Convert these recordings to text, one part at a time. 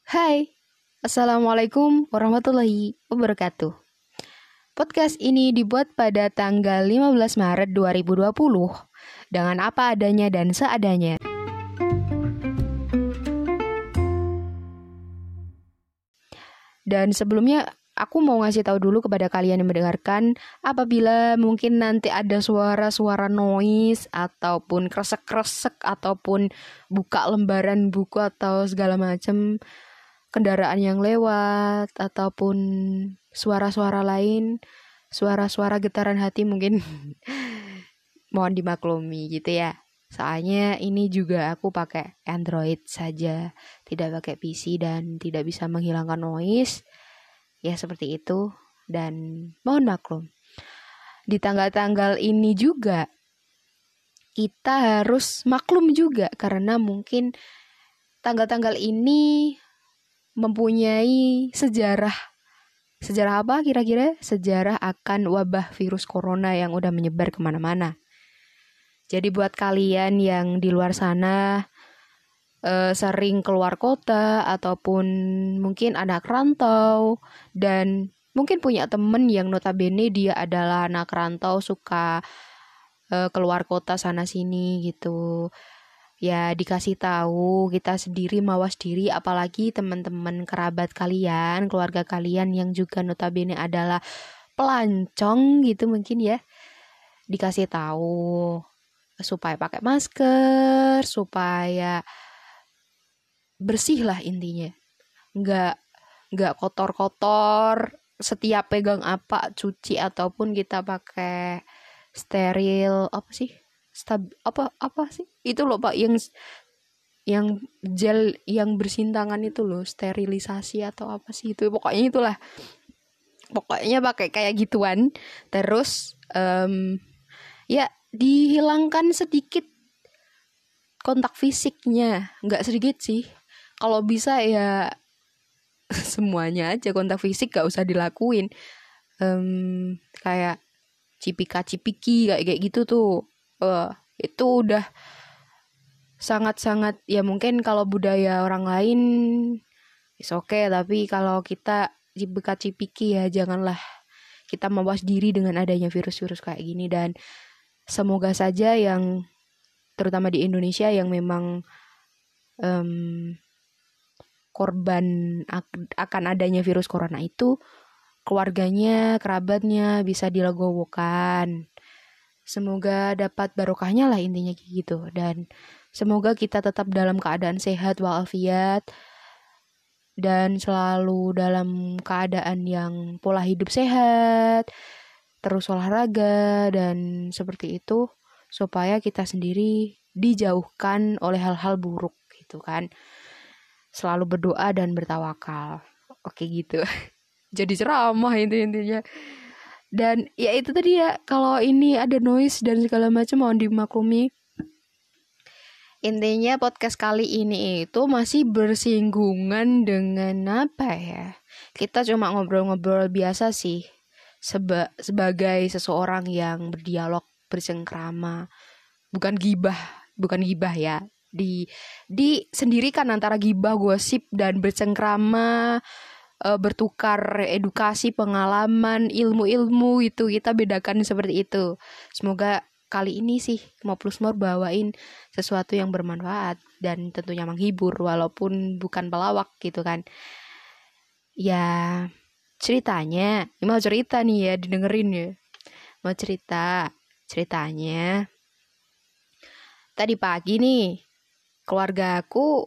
Hai, Assalamualaikum warahmatullahi wabarakatuh. Podcast ini dibuat pada tanggal 15 Maret 2020 dengan apa adanya dan seadanya. Dan sebelumnya aku mau ngasih tahu dulu kepada kalian yang mendengarkan, apabila mungkin nanti ada suara-suara noise ataupun kresek-kresek ataupun buka lembaran buku atau segala macam, kendaraan yang lewat ataupun suara-suara lain, suara-suara getaran hati mungkin mohon dimaklumi gitu ya. Soalnya ini juga aku pakai Android saja, tidak pakai PC dan tidak bisa menghilangkan noise. Ya seperti itu, dan mohon maklum. Di tanggal-tanggal ini juga kita harus maklum juga karena mungkin tanggal-tanggal ini mempunyai sejarah. Sejarah apa kira-kira? Sejarah akan wabah virus corona yang udah menyebar kemana-mana. Jadi buat kalian yang di luar sana sering keluar kota ataupun mungkin anak rantau dan mungkin punya temen yang notabene dia adalah anak rantau suka keluar kota sana sini gitu. Ya dikasih tahu, kita sendiri mawas diri, apalagi teman-teman kerabat kalian, keluarga kalian yang juga notabene adalah pelancong gitu mungkin ya. Dikasih tahu supaya pakai masker, supaya bersih lah intinya. Nggak kotor-kotor, setiap pegang apa cuci ataupun kita pakai steril apa sih? Apa sih? Itu loh Pak yang gel yang bersihin tangan itu loh, sterilisasi atau apa sih itu, pokoknya itulah, pokoknya pakai kayak gituan. Terus ya dihilangkan sedikit kontak fisiknya, nggak sedikit sih, kalau bisa ya semuanya aja kontak fisik, gak usah dilakuin. Kayak cipika-cipiki kayak gitu tuh, itu udah sangat-sangat ya, mungkin kalau budaya orang lain is okay, tapi kalau kita cipika-cipiki ya janganlah. Kita mawas diri dengan adanya virus-virus kayak gini, dan semoga saja yang terutama di Indonesia yang memang korban akan adanya virus corona itu, keluarganya, kerabatnya bisa dilegowokan. Semoga dapat barokahnya lah intinya gitu, dan semoga kita tetap dalam keadaan sehat walafiat dan selalu dalam keadaan yang pola hidup sehat, terus olahraga dan seperti itu, supaya kita sendiri dijauhkan oleh hal-hal buruk gitu kan. Selalu berdoa dan bertawakal. Oke gitu. Jadi ceramah itu intinya. Dan ya itu tadi ya, kalau ini ada noise dan segala macam mohon dimaklumi. Intinya podcast kali ini itu masih bersinggungan dengan apa ya? Kita cuma ngobrol-ngobrol biasa sih. Sebagai seseorang yang berdialog, bersengkrama. Bukan gibah ya. Disendirikan antara gibah, gosip dan bersengkrama, bertukar edukasi, pengalaman, ilmu-ilmu, itu kita bedakan seperti itu. Semoga kali ini sih mau plus more bawain sesuatu yang bermanfaat dan tentunya menghibur walaupun bukan pelawak gitu kan. Ya ceritanya, ini mau cerita nih ya, didengerin ya. Mau ceritanya tadi pagi nih, keluarga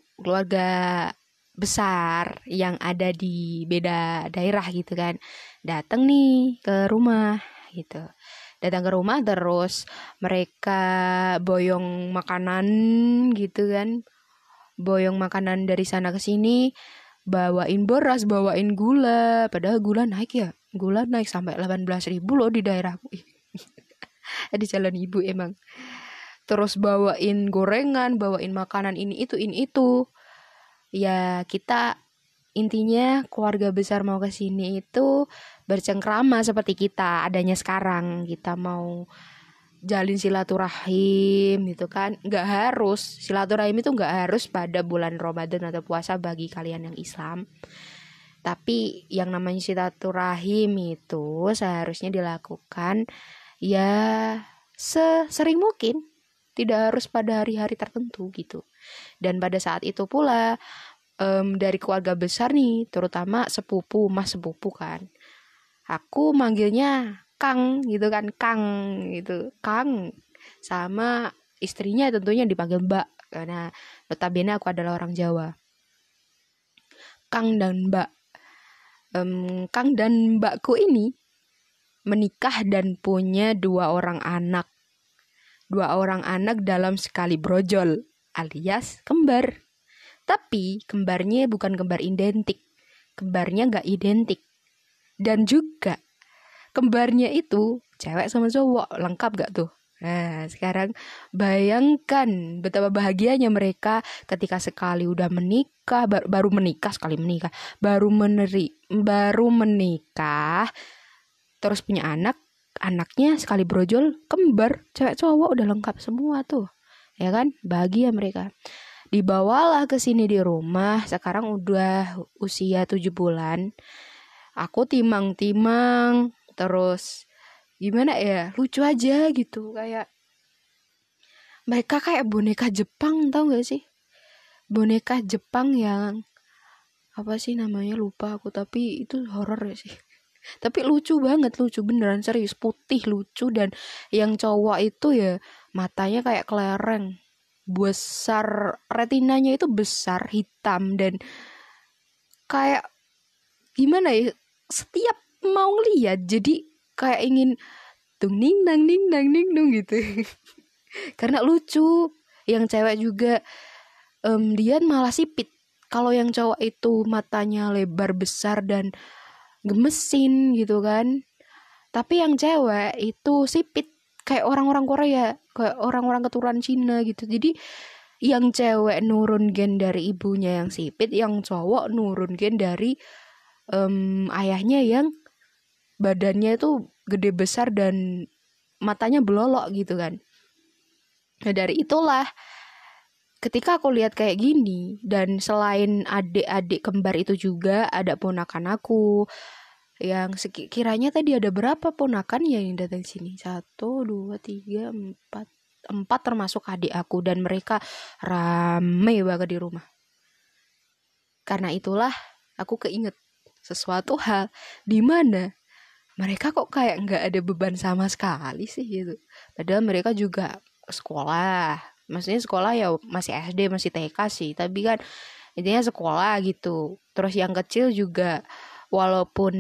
besar yang ada di beda daerah gitu kan, datang nih ke rumah gitu. Datang ke rumah terus mereka boyong makanan gitu kan. Boyong makanan dari sana ke sini, bawain beras, bawain gula. Padahal gula naik ya. Gula naik sampai 18.000 loh di daerahku. Di jalan ibu emang. Terus bawain gorengan, bawain makanan ini itu. Ya kita intinya keluarga besar mau ke sini itu bercengkrama seperti kita adanya sekarang. Kita mau jalin silaturahim gitu kan. Nggak harus, silaturahim itu nggak harus pada bulan Ramadan atau puasa bagi kalian yang Islam. Tapi yang namanya silaturahim itu seharusnya dilakukan ya sesering mungkin, tidak harus pada hari-hari tertentu gitu. Dan pada saat itu pula dari keluarga besar nih, terutama sepupu, mas sepupu kan, aku manggilnya Kang gitu kan, Kang gitu, Kang. Sama istrinya tentunya dipanggil Mbak, karena notabene aku adalah orang Jawa. Kang dan Mbak. Kang dan Mbakku ini menikah dan punya 2 orang anak. 2 orang anak dalam sekali brojol, alias kembar. Tapi kembarnya bukan kembar identik. Kembarnya gak identik. Dan juga kembarnya itu cewek sama cowok, lengkap gak tuh? Nah, sekarang bayangkan betapa bahagianya mereka ketika sekali udah menikah, baru menikah, baru menikah, terus punya anak, anaknya sekali brojol, kembar, cewek cowok udah lengkap semua tuh. Ya kan? Bahagia mereka. Dibawalah ke sini di rumah, sekarang udah usia 7 bulan. Aku timang-timang, terus gimana ya, lucu aja gitu, kayak mereka kayak boneka Jepang, tau gak sih? Boneka Jepang yang apa sih namanya, lupa aku, tapi itu horor ya sih. Tapi lucu banget, lucu beneran, serius, putih, lucu. Dan yang cowok itu ya matanya kayak kelereng, besar, retinanya itu besar, hitam, dan kayak gimana ya, setiap mau ngeliat jadi kayak ingin tung ning nang gitu. Karena lucu. Yang cewek juga dia malah sipit. Kalau yang cowok itu matanya lebar besar dan gemesin gitu kan. Tapi yang cewek itu sipit kayak orang-orang Korea, kayak orang-orang keturunan Cina gitu. Jadi yang cewek nurun gen dari ibunya yang sipit, yang cowok nurun gen dari ayahnya yang badannya itu gede besar dan matanya belolok gitu kan. Nah dari itulah ketika aku lihat kayak gini, dan selain adik-adik kembar itu juga ada ponakan aku yang sekiranya tadi ada berapa ponakan yang datang sini, 1, 2, 3, 4 termasuk adik aku, dan mereka rame banget di rumah. Karena itulah aku keinget sesuatu hal di mana mereka kok kayak nggak ada beban sama sekali sih gitu. Padahal mereka juga sekolah, maksudnya sekolah ya masih SD, masih TK sih, tapi kan intinya sekolah gitu. Terus yang kecil juga walaupun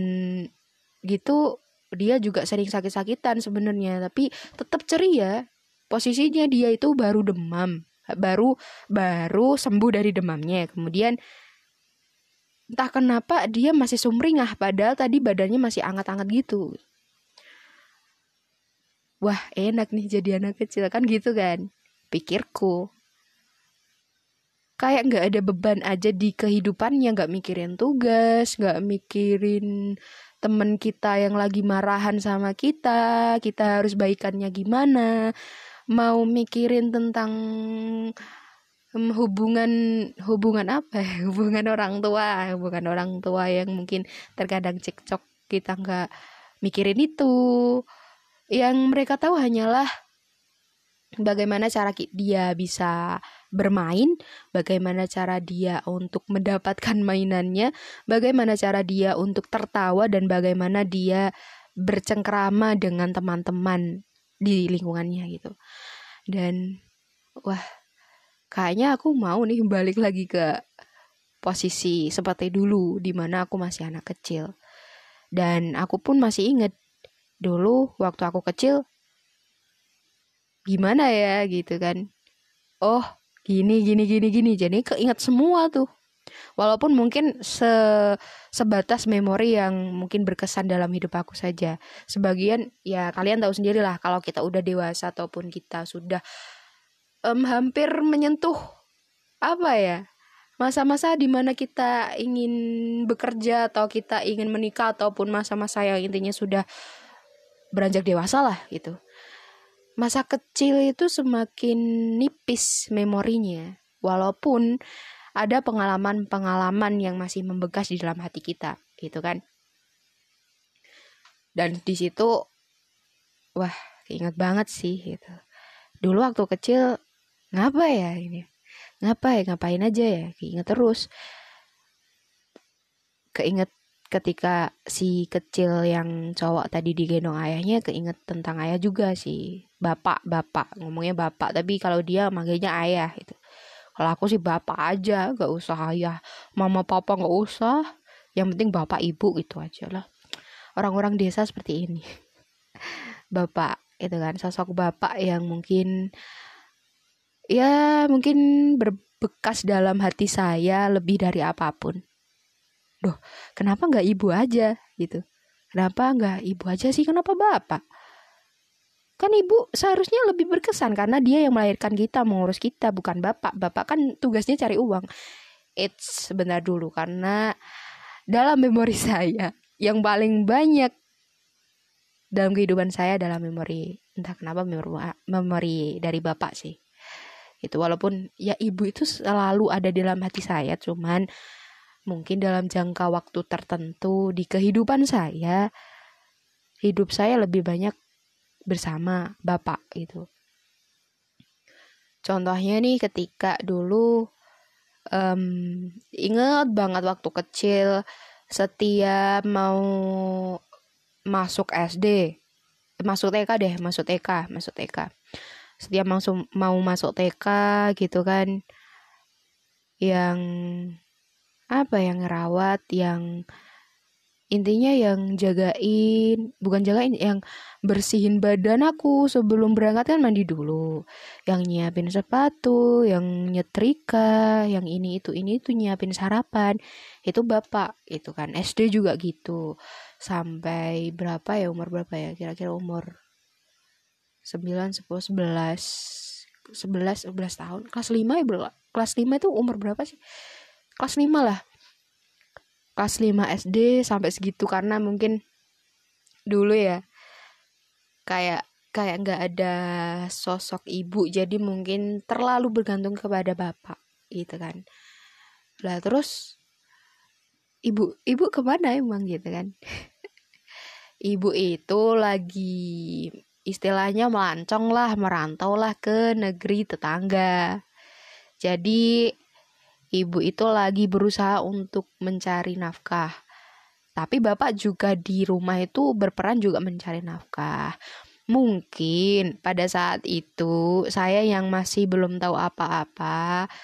gitu dia juga sering sakit-sakitan sebenarnya, tapi tetap ceria. Posisinya dia itu baru demam, baru sembuh dari demamnya, kemudian entah kenapa dia masih sumringah padahal tadi badannya masih anget-anget gitu. Wah, enak nih jadi anak kecil kan gitu kan, pikirku. Kayak gak ada beban aja di kehidupannya, gak mikirin tugas, gak mikirin temen kita yang lagi marahan sama kita harus baikannya gimana, mau mikirin tentang hubungan apa ya? hubungan orang tua yang mungkin terkadang cekcok, kita nggak mikirin itu. Yang mereka tahu hanyalah bagaimana cara dia bisa bermain, bagaimana cara dia untuk mendapatkan mainannya, bagaimana cara dia untuk tertawa, dan bagaimana dia bercengkrama dengan teman-teman di lingkungannya gitu. Dan wah, kayaknya aku mau nih balik lagi ke posisi seperti dulu, di mana aku masih anak kecil. Dan aku pun masih ingat dulu waktu aku kecil gimana ya gitu kan. Oh, gini. Jadi keinget semua tuh. Walaupun mungkin sebatas memori yang mungkin berkesan dalam hidup aku saja. Sebagian ya kalian tahu sendirilah, kalau kita udah dewasa ataupun kita sudah hampir menyentuh apa ya, masa-masa dimana kita ingin bekerja atau kita ingin menikah, ataupun masa-masa yang intinya sudah beranjak dewasa lah gitu. masa kecil itu semakin nipis memorinya, walaupun ada pengalaman-pengalaman yang masih membekas di dalam hati kita, gitu kan. Dan di situ, wah, ingat banget sih gitu. Dulu waktu kecil ngapain aja ya, keinget terus. Keinget ketika si kecil yang cowok tadi digendong ayahnya, keinget tentang ayah juga sih. Bapak, ngomongnya bapak, tapi kalau dia manggilnya ayah gitu. Kalau aku sih bapak aja, gak usah ayah, mama papa gak usah, yang penting bapak ibu gitu aja lah. Orang-orang desa seperti ini. Bapak itu kan, sosok bapak yang mungkin berbekas dalam hati saya lebih dari apapun. Duh, kenapa nggak ibu aja gitu? Kenapa nggak ibu aja sih? Kenapa bapak? Kan ibu seharusnya lebih berkesan karena dia yang melahirkan kita, mengurus kita, bukan bapak. Bapak kan tugasnya cari uang. It's sebentar dulu, karena dalam memori saya yang paling banyak dalam kehidupan saya adalah memori, entah kenapa memori dari bapak sih. Itu walaupun ya ibu itu selalu ada dalam hati saya, cuman mungkin dalam jangka waktu tertentu di kehidupan saya, hidup saya lebih banyak bersama bapak gitu. Contohnya nih ketika dulu inget banget waktu kecil, setiap mau masuk SD, masuk TK. Setiap mau masuk TK gitu kan, yang ngerawat, yang intinya yang yang bersihin badan aku sebelum berangkat kan, mandi dulu, yang nyiapin sepatu, yang nyetrika, yang ini itu nyiapin sarapan, itu bapak itu kan. SD juga gitu, sampai umur berapa ya, kira-kira umur 9, 10, 11 tahun, kelas 5 ya bro. Kelas 5 itu umur berapa sih? Kelas 5 lah. Kelas 5 SD sampai segitu, karena mungkin dulu ya kayak nggak ada sosok ibu, jadi mungkin terlalu bergantung kepada bapak gitu kan. Lah terus ibu kemana emang gitu kan. Ibu itu lagi istilahnya merantau lah ke negeri tetangga. Jadi ibu itu lagi berusaha untuk mencari nafkah. Tapi bapak juga di rumah itu berperan juga mencari nafkah. Mungkin pada saat itu saya yang masih belum tahu apa-apa,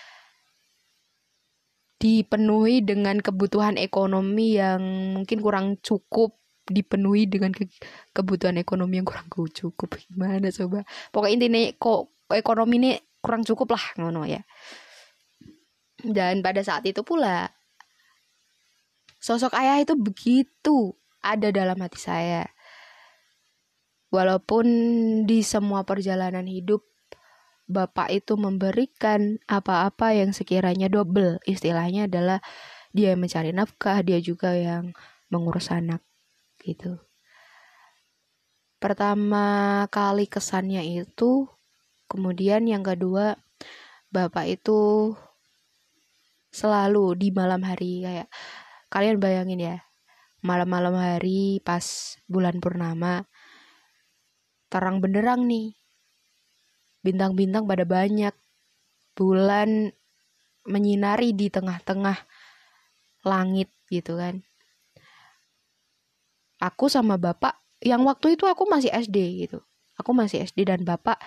dipenuhi dengan kebutuhan ekonomi yang mungkin kurang cukup, dipenuhi dengan kebutuhan ekonomi yang kurang cukup. Gimana coba? Pokoknya intinya kok ekonomi ini kurang cukup lah, ngono ya. Dan pada saat itu pula sosok ayah itu begitu ada dalam hati saya. Walaupun di semua perjalanan hidup bapak itu memberikan apa-apa yang sekiranya double, istilahnya adalah dia yang mencari nafkah, dia juga yang mengurus anak gitu. Pertama kali kesannya itu, kemudian yang kedua, bapak itu selalu di malam hari, kayak kalian bayangin ya, malam-malam hari pas bulan purnama, terang benderang nih, bintang-bintang pada banyak, bulan menyinari di tengah-tengah langit gitu kan. Aku sama bapak, yang waktu itu aku masih SD gitu, dan bapak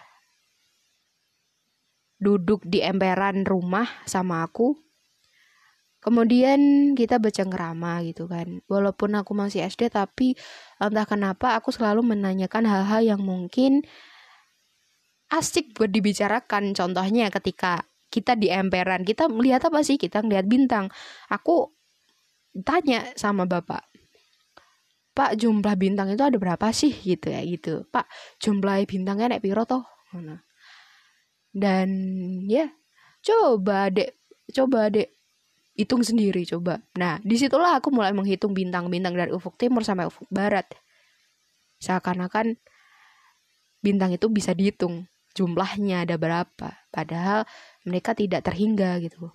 duduk di emperan rumah sama aku. Kemudian kita bercengkrama gitu kan. Walaupun aku masih SD, tapi entah kenapa aku selalu menanyakan hal-hal yang mungkin asik buat dibicarakan. Contohnya ketika kita di emperan, kita melihat apa sih? Kita ngeliat bintang. Aku tanya sama bapak, Pak, jumlah bintang itu ada berapa sih gitu ya gitu. Pak, jumlah bintangnya nek piro toh? Dan ya, coba dek hitung sendiri coba. Nah, disitulah aku mulai menghitung bintang-bintang dari ufuk timur sampai ufuk barat. Seakan-akan bintang itu bisa dihitung jumlahnya ada berapa, padahal mereka tidak terhingga gitu.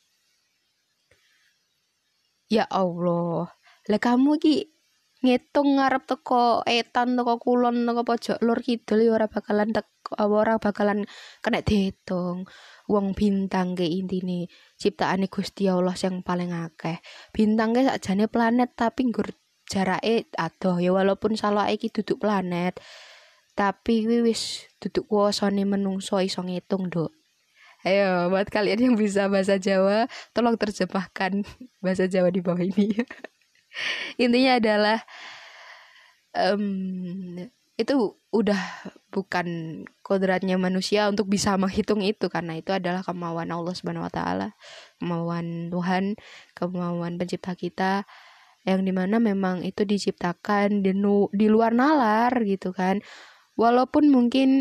Ya Allah, lah kamu ki ngitung ngarep teko etan teko kulon teko pojok lur kidul ya ora bakalan kena dihitung. Wong bintang ke intine ciptaane Gusti Allah yang paling akeh. Bintang ke sakjane planet tapi nggur jarake adoh ya, walaupun salake iki duduk planet tapi wis duduk kuasane menungso iso ngitung, Dok. Ayo buat kalian yang bisa bahasa Jawa tolong terjemahkan bahasa Jawa di bawah ini. Intinya adalah itu udah bukan kodratnya manusia untuk bisa menghitung itu, karena itu adalah kemauan Allah Subhanahu wa taala, kemauan Tuhan, kemauan pencipta kita, yang dimana memang itu diciptakan di luar nalar gitu kan. Walaupun mungkin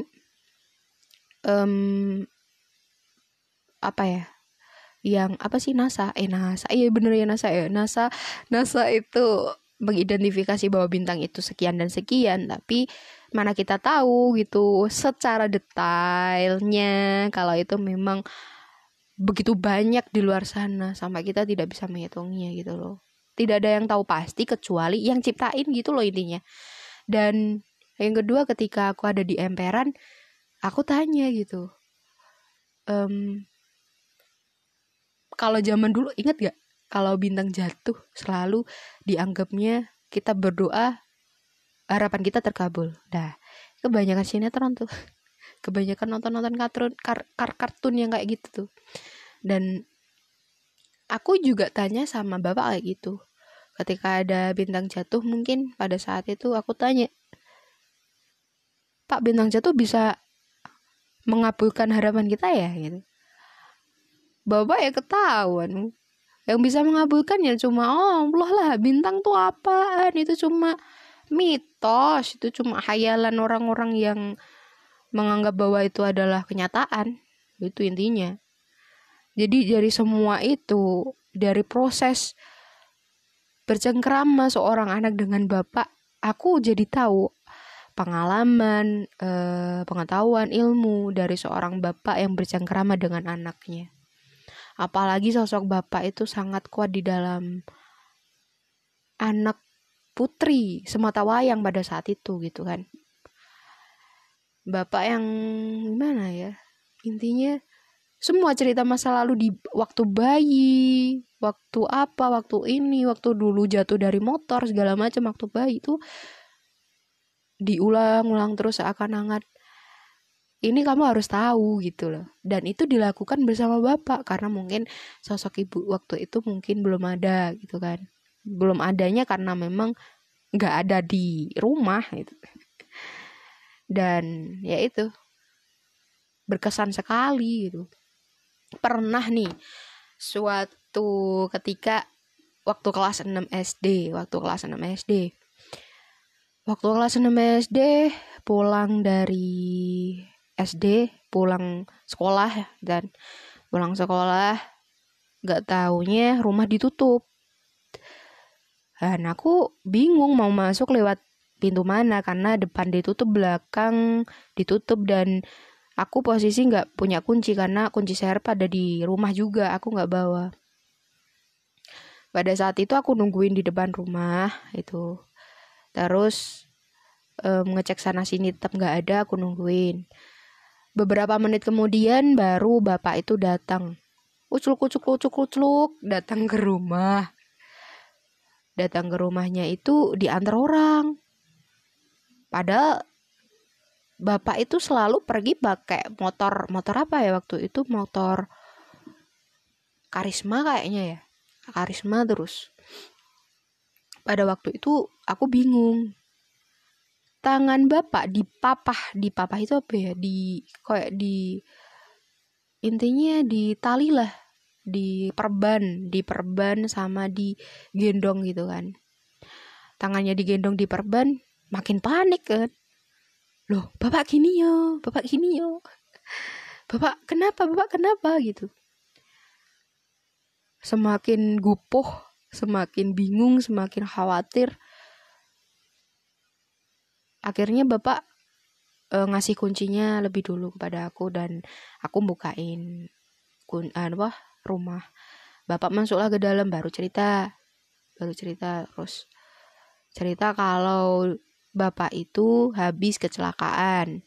apa ya, yang apa sih NASA iya bener ya NASA itu mengidentifikasi bahwa bintang itu sekian dan sekian, tapi mana kita tahu gitu secara detailnya kalau itu memang begitu banyak di luar sana sampai kita tidak bisa menghitungnya gitu loh. Tidak ada yang tahu pasti kecuali yang ciptain gitu loh intinya. Dan yang kedua, ketika aku ada di emperan, aku tanya gitu, kalau zaman dulu ingat gak kalau bintang jatuh selalu dianggapnya kita berdoa harapan kita terkabul. Nah, kebanyakan sinetron tuh, kebanyakan nonton kartun yang kayak gitu tuh. Dan aku juga tanya sama bapak kayak gitu, ketika ada bintang jatuh mungkin pada saat itu aku tanya, Pak, bintang jatuh bisa mengabulkan harapan kita ya gitu. Bapak ya ketahuan, yang bisa mengabulkan ya cuma Allah lah. Bintang tuh apaan? Itu cuma mitos, itu cuma khayalan orang-orang yang menganggap bahwa itu adalah kenyataan. Itu intinya. Jadi dari semua itu, dari proses bercengkrama seorang anak dengan bapak, aku jadi tahu pengalaman, pengetahuan, ilmu dari seorang bapak yang bercengkrama dengan anaknya. Apalagi sosok bapak itu sangat kuat di dalam anak putri sematawayang pada saat itu gitu kan. Bapak yang gimana ya, intinya semua cerita masa lalu di waktu bayi, waktu apa, waktu ini, waktu dulu jatuh dari motor segala macam waktu bayi itu diulang-ulang terus seakan-akan ini kamu harus tahu gitu loh. Dan itu dilakukan bersama bapak karena mungkin sosok ibu waktu itu mungkin belum ada gitu kan. Belum adanya karena memang gak ada di rumah gitu. Dan ya itu berkesan sekali gitu. Pernah nih suatu ketika waktu kelas 6 SD pulang dari SD, pulang sekolah dan pulang sekolah gak taunya rumah ditutup. Dan aku bingung mau masuk lewat pintu mana karena depan ditutup, belakang ditutup, dan aku posisi gak punya kunci karena kunci serep ada di rumah juga, aku gak bawa. Pada saat itu aku nungguin di depan rumah itu. Terus ngecek sana sini tetap gak ada, aku nungguin. Beberapa menit kemudian baru bapak itu datang. Ucluk datang ke rumah. Datang ke rumahnya itu diantar orang. Padahal bapak itu selalu pergi pakai motor apa ya waktu itu, motor Karisma kayaknya ya. Karisma terus. Pada waktu itu aku bingung. Tangan bapak dipapah itu apa ya, intinya ditali lah, diperban sama digendong gitu kan. Tangannya digendong diperban, makin panik kan. Loh, bapak gini yo, bapak kenapa gitu. Semakin gupuh, semakin bingung, semakin khawatir. Akhirnya bapak ngasih kuncinya lebih dulu kepada aku, dan aku bukain rumah. Bapak masuklah ke dalam, baru cerita terus cerita kalau bapak itu habis kecelakaan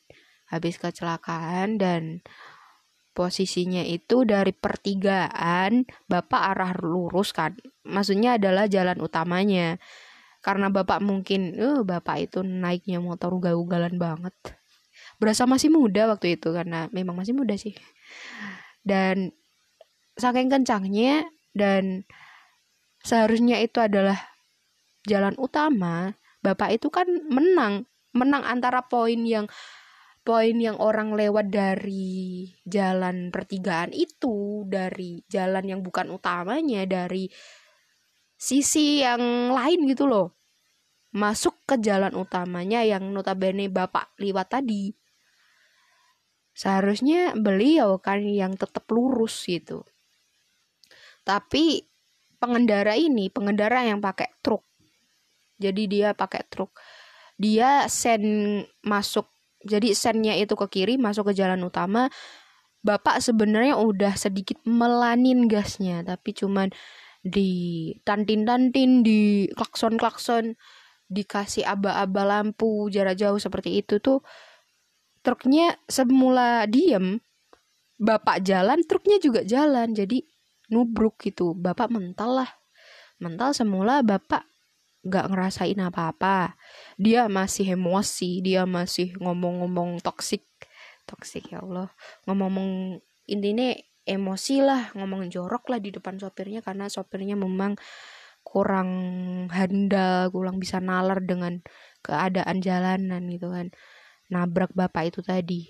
dan posisinya itu dari pertigaan, bapak arah lurus kan, maksudnya adalah jalan utamanya. Karena bapak mungkin bapak itu naiknya motor ugal-ugalan banget, berasa masih muda waktu itu, karena memang masih muda sih, dan saking kencangnya, dan seharusnya itu adalah jalan utama, bapak itu kan menang antara poin yang orang lewat dari jalan pertigaan itu, dari jalan yang bukan utamanya, dari sisi yang lain gitu loh, masuk ke jalan utamanya yang notabene bapak lewat tadi. Seharusnya beliau kan yang tetap lurus gitu. Tapi pengendara yang pakai truk. Jadi dia pakai truk. Dia sen masuk. Jadi sennya itu ke kiri, masuk ke jalan utama. Bapak sebenarnya udah sedikit melanin gasnya, tapi cuman di tantin-tantin, di klakson-klakson, dikasih aba-aba lampu jarak jauh seperti itu tuh, truknya semula diem, bapak jalan, truknya juga jalan, jadi nubruk gitu. Bapak mental semula, bapak gak ngerasain apa-apa, dia masih emosi, dia masih ngomong-ngomong toksik ya Allah, ngomong intinya emosi lah, ngomong jorok lah di depan sopirnya, karena sopirnya memang kurang handal, kurang bisa nalar dengan keadaan jalanan gitu kan, nabrak bapak itu tadi.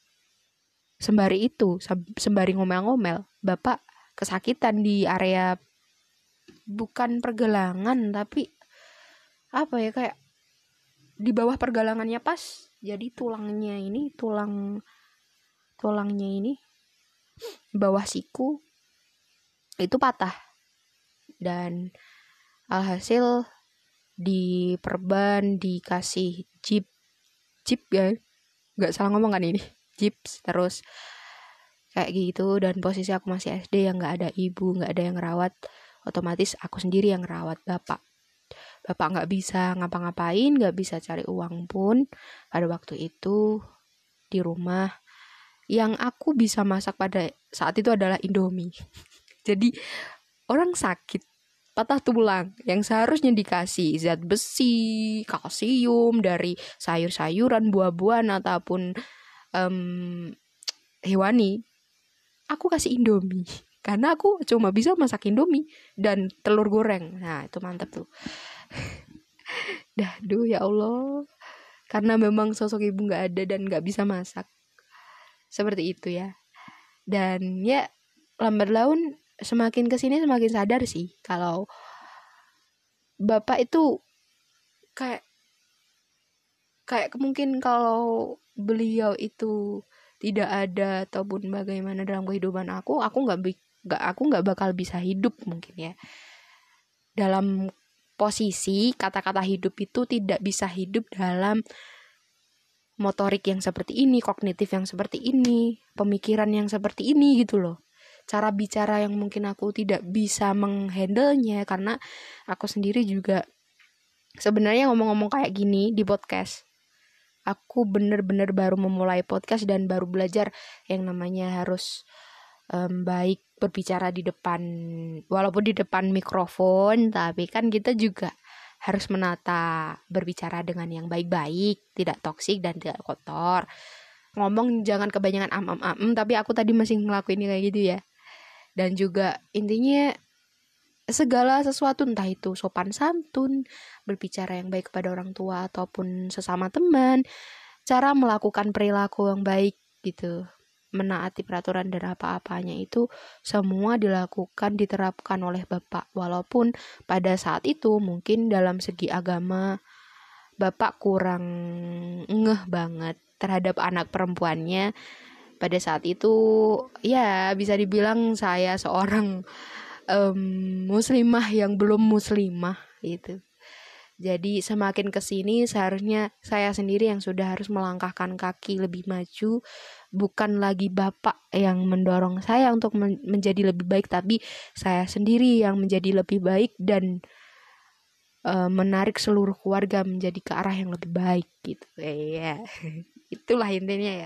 Sembari ngomel-ngomel, bapak kesakitan di area, bukan pergelangan, tapi apa ya, kayak di bawah pergelangannya pas, jadi tulangnya ini bawah siku itu patah, dan alhasil diperban, dikasih jeep ya, nggak salah ngomong kan ini, jeep, terus kayak gitu. Dan posisi aku masih SD, yang nggak ada ibu, nggak ada yang ngerawat, otomatis aku sendiri yang ngerawat bapak nggak bisa ngapa-ngapain, nggak bisa cari uang pun pada waktu itu. Di rumah yang aku bisa masak pada saat itu adalah Indomie. Jadi orang sakit patah tulang yang seharusnya dikasih zat besi, kalsium dari sayur-sayuran, buah-buahan ataupun hewani, aku kasih Indomie karena aku cuma bisa masak Indomie dan telur goreng. Nah itu mantap tuh. Ya Allah, karena memang sosok ibu nggak ada dan nggak bisa masak, seperti itu ya. Dan ya lambat laun semakin kesini semakin sadar sih kalau bapak itu kayak mungkin kalau beliau itu tidak ada ataupun bagaimana dalam kehidupan aku nggak bakal bisa hidup mungkin ya. Dalam posisi kata-kata hidup itu tidak bisa hidup dalam motorik yang seperti ini, kognitif yang seperti ini, pemikiran yang seperti ini gitu loh. Cara bicara yang mungkin aku tidak bisa menghandlenya, karena aku sendiri juga sebenarnya ngomong-ngomong kayak gini di podcast. Aku bener-bener baru memulai podcast dan baru belajar yang namanya harus baik berbicara di depan, walaupun di depan mikrofon, tapi kan kita juga harus menata berbicara dengan yang baik-baik, tidak toksik dan tidak kotor. Ngomong jangan kebanyakan tapi aku tadi masih ngelakuin kayak gitu ya. Dan juga intinya segala sesuatu, entah itu sopan santun, berbicara yang baik kepada orang tua ataupun sesama teman, cara melakukan perilaku yang baik gitu, menaati peraturan dan apa-apanya itu semua dilakukan, diterapkan oleh bapak. Walaupun pada saat itu mungkin dalam segi agama bapak kurang ngeh banget terhadap anak perempuannya. Pada saat itu ya bisa dibilang saya seorang muslimah yang belum muslimah gitu. Jadi semakin kesini seharusnya saya sendiri yang sudah harus melangkahkan kaki lebih maju, bukan lagi bapak yang mendorong saya untuk menjadi lebih baik, tapi saya sendiri yang menjadi lebih baik dan menarik seluruh keluarga menjadi ke arah yang lebih baik gitu. Ya, itulah intinya ya.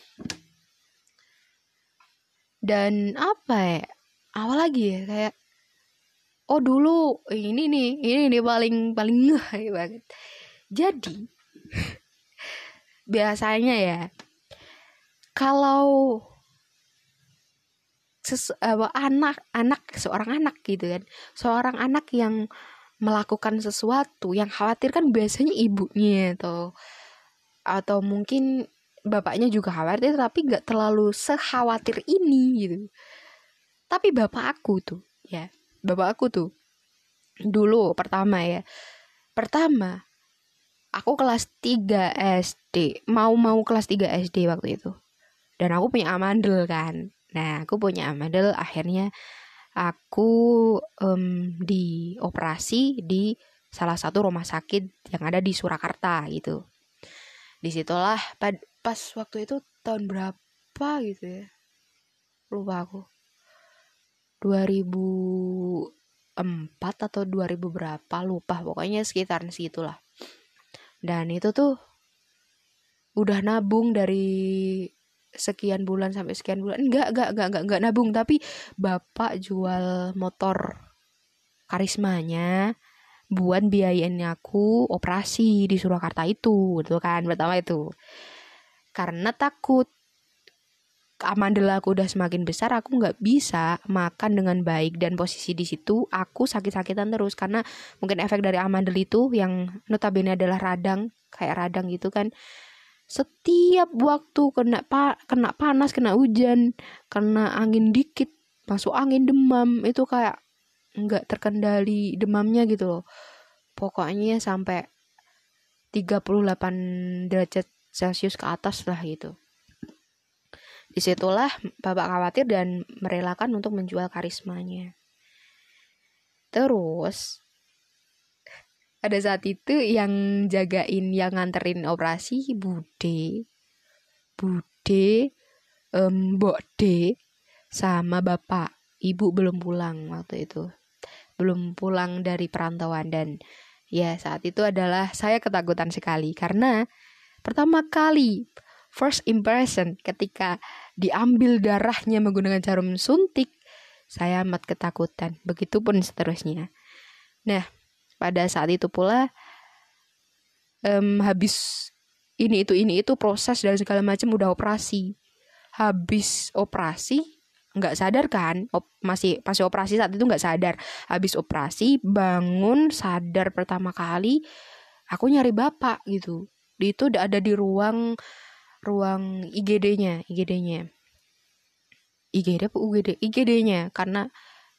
Dan apa ya? Awal lagi ya kayak dulu ini nih paling ngeh banget. Jadi biasanya ya kalau seorang anak gitu kan, seorang anak yang melakukan sesuatu yang khawatir kan biasanya ibunya atau mungkin bapaknya juga khawatir, tapi nggak terlalu sekhawatir ini gitu. Tapi bapak aku tuh dulu pertama aku kelas 3 SD, mau kelas 3 SD waktu itu, dan aku punya amandel kan. Nah, aku punya amandel, akhirnya aku dioperasi di salah satu rumah sakit yang ada di Surakarta gitu. Disitulah pas waktu itu tahun berapa gitu ya, lupa aku, 2004 atau 2000 berapa, lupa, pokoknya sekitar segitulah. Dan itu tuh udah nabung dari sekian bulan sampai sekian bulan, enggak nabung, tapi bapak jual motor Karismanya buat biayain aku operasi di Surakarta itu, gitu kan. Pertama itu karena takut amandel aku udah semakin besar, aku nggak bisa makan dengan baik, dan posisi di situ aku sakit-sakitan terus karena mungkin efek dari amandel itu yang notabene adalah radang, kayak radang gitu kan. Setiap waktu kena panas, kena hujan, kena angin dikit, masuk angin demam, itu kayak nggak terkendali demamnya gitu loh. Pokoknya sampai 38 derajat Celcius ke atas lah gitu. Disitulah bapak khawatir dan merelakan untuk menjual Karismanya. Terus pada saat itu yang jagain, yang nganterin operasi Bude, Mbok D, sama bapak. Ibu belum pulang waktu itu, belum pulang dari perantauan. Dan ya saat itu adalah saya ketakutan sekali karena pertama kali first impression ketika diambil darahnya menggunakan jarum suntik, saya amat ketakutan. Begitupun seterusnya. Nah, pada saat itu pula habis ini itu proses dan segala macam, udah operasi. Habis operasi nggak sadar kan, masih operasi saat itu nggak sadar. Habis operasi bangun sadar pertama kali, aku nyari bapak gitu. Itu udah ada di ruang IGD-nya. IGD apa UGD? IGD-nya, karena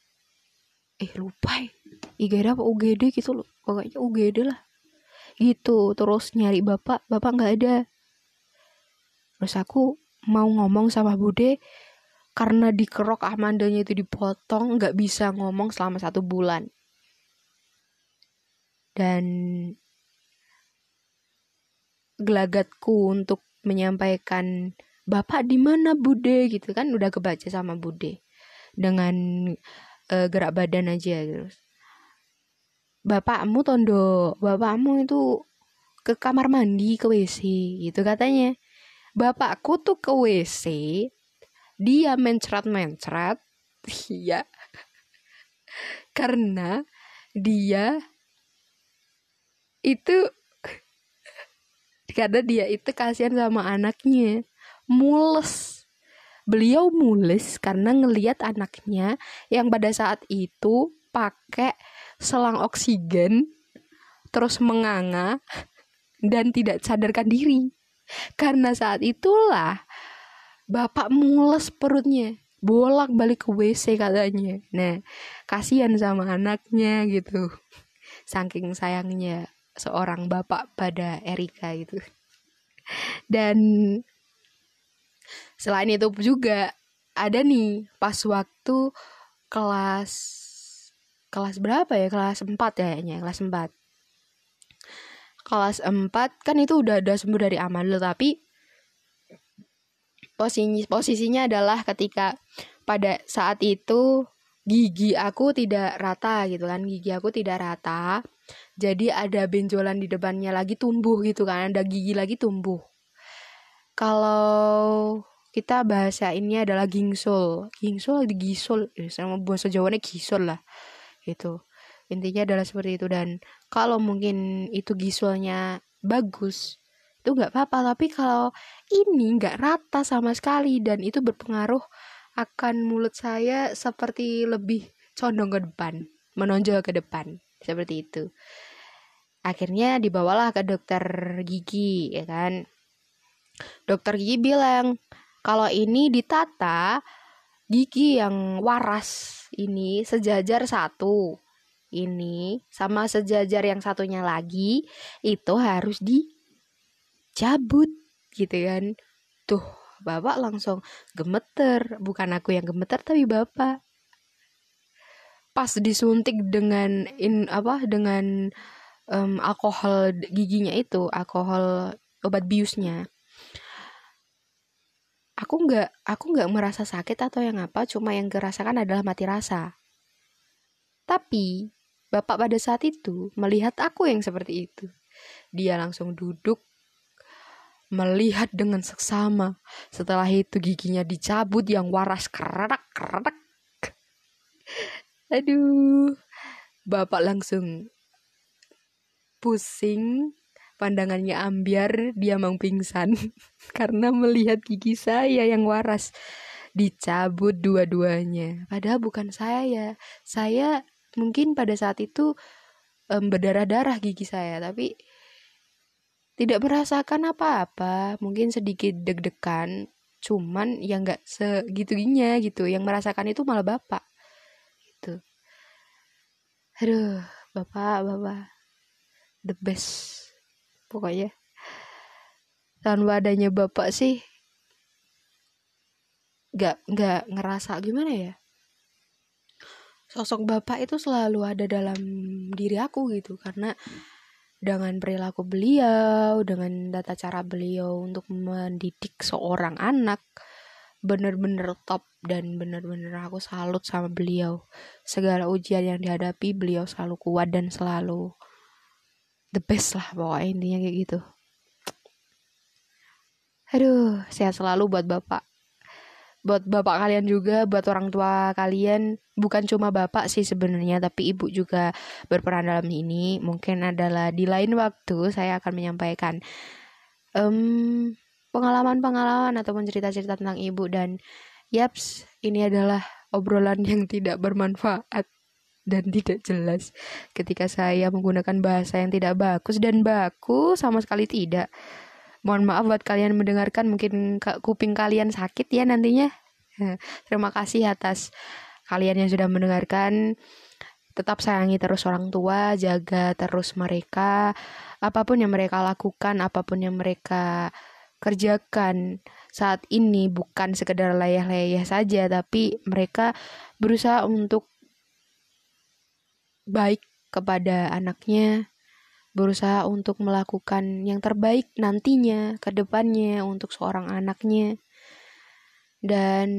lupa IGD apa UGD gitu loh, pokoknya UGD lah gitu. Terus nyari bapak nggak ada. Terus aku mau ngomong sama Bude, karena dikerok amandelnya itu dipotong, nggak bisa ngomong selama 1 bulan. Dan gelagatku untuk menyampaikan bapak di mana Bude gitu kan udah kebaca sama Bude dengan gerak badan aja gitu. Bapakmu itu ke kamar mandi, ke WC gitu katanya. Bapakku tuh ke WC, dia mencret iya, karena dia itu kasihan sama anaknya, mules. Beliau mules karena ngelihat anaknya yang pada saat itu pakai selang oksigen, terus menganga dan tidak sadarkan diri. Karena saat itulah bapak mules perutnya, bolak-balik ke WC katanya. Nah, kasihan sama anaknya gitu. Saking sayangnya seorang bapak pada Erika gitu. Dan selain itu juga ada nih pas waktu kelas berapa ya? Kelas 4 kayaknya, kelas 4. kelas 4 kan itu udah ada sembuh dari amandel, tapi posisinya adalah ketika pada saat itu gigi aku tidak rata gitu kan, jadi ada benjolan di depannya lagi tumbuh gitu kan, ada gigi lagi tumbuh. Kalau kita bahasa ini adalah gingsol sama bahasa Jawanya gisul lah gitu. Intinya adalah seperti itu. Dan kalau mungkin itu gisulnya bagus itu nggak apa-apa, tapi kalau ini nggak rata sama sekali dan itu berpengaruh akan mulut saya seperti lebih condong ke depan, menonjol ke depan seperti itu. Akhirnya dibawalah ke dokter gigi ya kan. Dokter gigi bilang kalau ini ditata gigi yang waras ini sejajar satu ini sama sejajar yang satunya lagi itu harus dicabut gitu kan. Tuh bapak langsung gemeter, bukan aku yang gemeter tapi bapak. Pas disuntik dengan dengan alkohol giginya itu, alkohol obat biusnya, aku nggak merasa sakit atau yang apa, cuma yang kerasakan adalah mati rasa. Tapi bapak pada saat itu melihat aku yang seperti itu, dia langsung duduk melihat dengan seksama. Setelah itu giginya dicabut yang waras, kerak. Aduh, bapak langsung pusing, pandangannya ambiar, dia mau pingsan karena melihat gigi saya yang waras dicabut dua-duanya. Padahal bukan saya mungkin pada saat itu berdarah-darah gigi saya, tapi tidak merasakan apa-apa, mungkin sedikit deg-degan, cuman ya nggak segitunya gitu. Yang merasakan itu malah bapak gitu. Aduh, bapak the best pokoknya. Tanpa adanya bapak sih nggak ngerasa gimana ya. Sosok bapak itu selalu ada dalam diri aku gitu, karena dengan perilaku beliau, dengan tata cara beliau untuk mendidik seorang anak, bener-bener top dan bener-bener aku salut sama beliau. Segala ujian yang dihadapi beliau selalu kuat dan selalu the best lah pokoknya, intinya kayak gitu. Aduh, sehat selalu buat bapak. Buat bapak kalian juga, buat orang tua kalian. Bukan cuma bapak sih sebenarnya, tapi ibu juga berperan dalam ini. Mungkin adalah di lain waktu saya akan menyampaikan pengalaman-pengalaman ataupun cerita-cerita tentang ibu. Dan yaps, ini adalah obrolan yang tidak bermanfaat dan tidak jelas ketika saya menggunakan bahasa yang tidak bagus dan baku sama sekali tidak. Mohon maaf buat kalian mendengarkan, mungkin kuping kalian sakit ya nantinya. Terima kasih atas kalian yang sudah mendengarkan. Tetap sayangi terus orang tua, jaga terus mereka. Apapun yang mereka lakukan, apapun yang mereka kerjakan saat ini bukan sekedar layah-layah saja, tapi mereka berusaha untuk baik kepada anaknya, berusaha untuk melakukan yang terbaik nantinya, ke depannya untuk seorang anaknya. Dan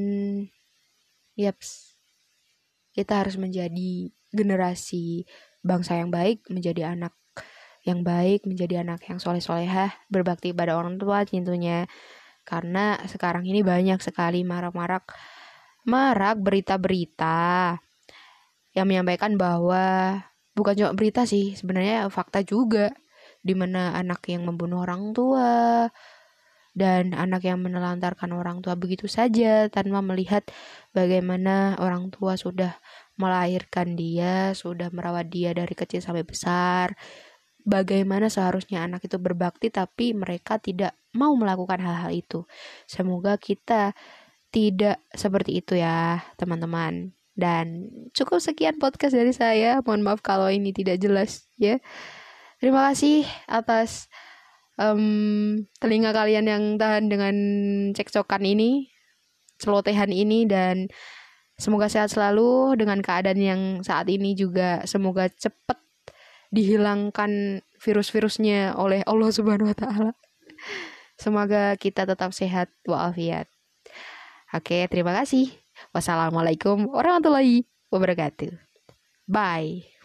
yaps, kita harus menjadi generasi bangsa yang baik, menjadi anak yang baik, menjadi anak yang soleh-solehah, berbakti pada orang tua tentunya. Karena sekarang ini banyak sekali marak berita-berita yang menyampaikan bahwa bukan cuma berita sih, sebenarnya fakta juga, di mana anak yang membunuh orang tua dan anak yang menelantarkan orang tua begitu saja tanpa melihat bagaimana orang tua sudah melahirkan dia, sudah merawat dia dari kecil sampai besar. Bagaimana seharusnya anak itu berbakti, tapi mereka tidak mau melakukan hal-hal itu. Semoga kita tidak seperti itu ya, teman-teman. Dan cukup sekian podcast dari saya. Mohon maaf kalau ini tidak jelas ya. Terima kasih atas telinga kalian yang tahan dengan cekcokan ini, celotehan ini, dan semoga sehat selalu dengan keadaan yang saat ini juga. Semoga cepat dihilangkan virus-virusnya oleh Allah Subhanahu wa taala. Semoga kita tetap sehat walafiat. Oke, terima kasih. Wassalamualaikum warahmatullahi wabarakatuh. Bye.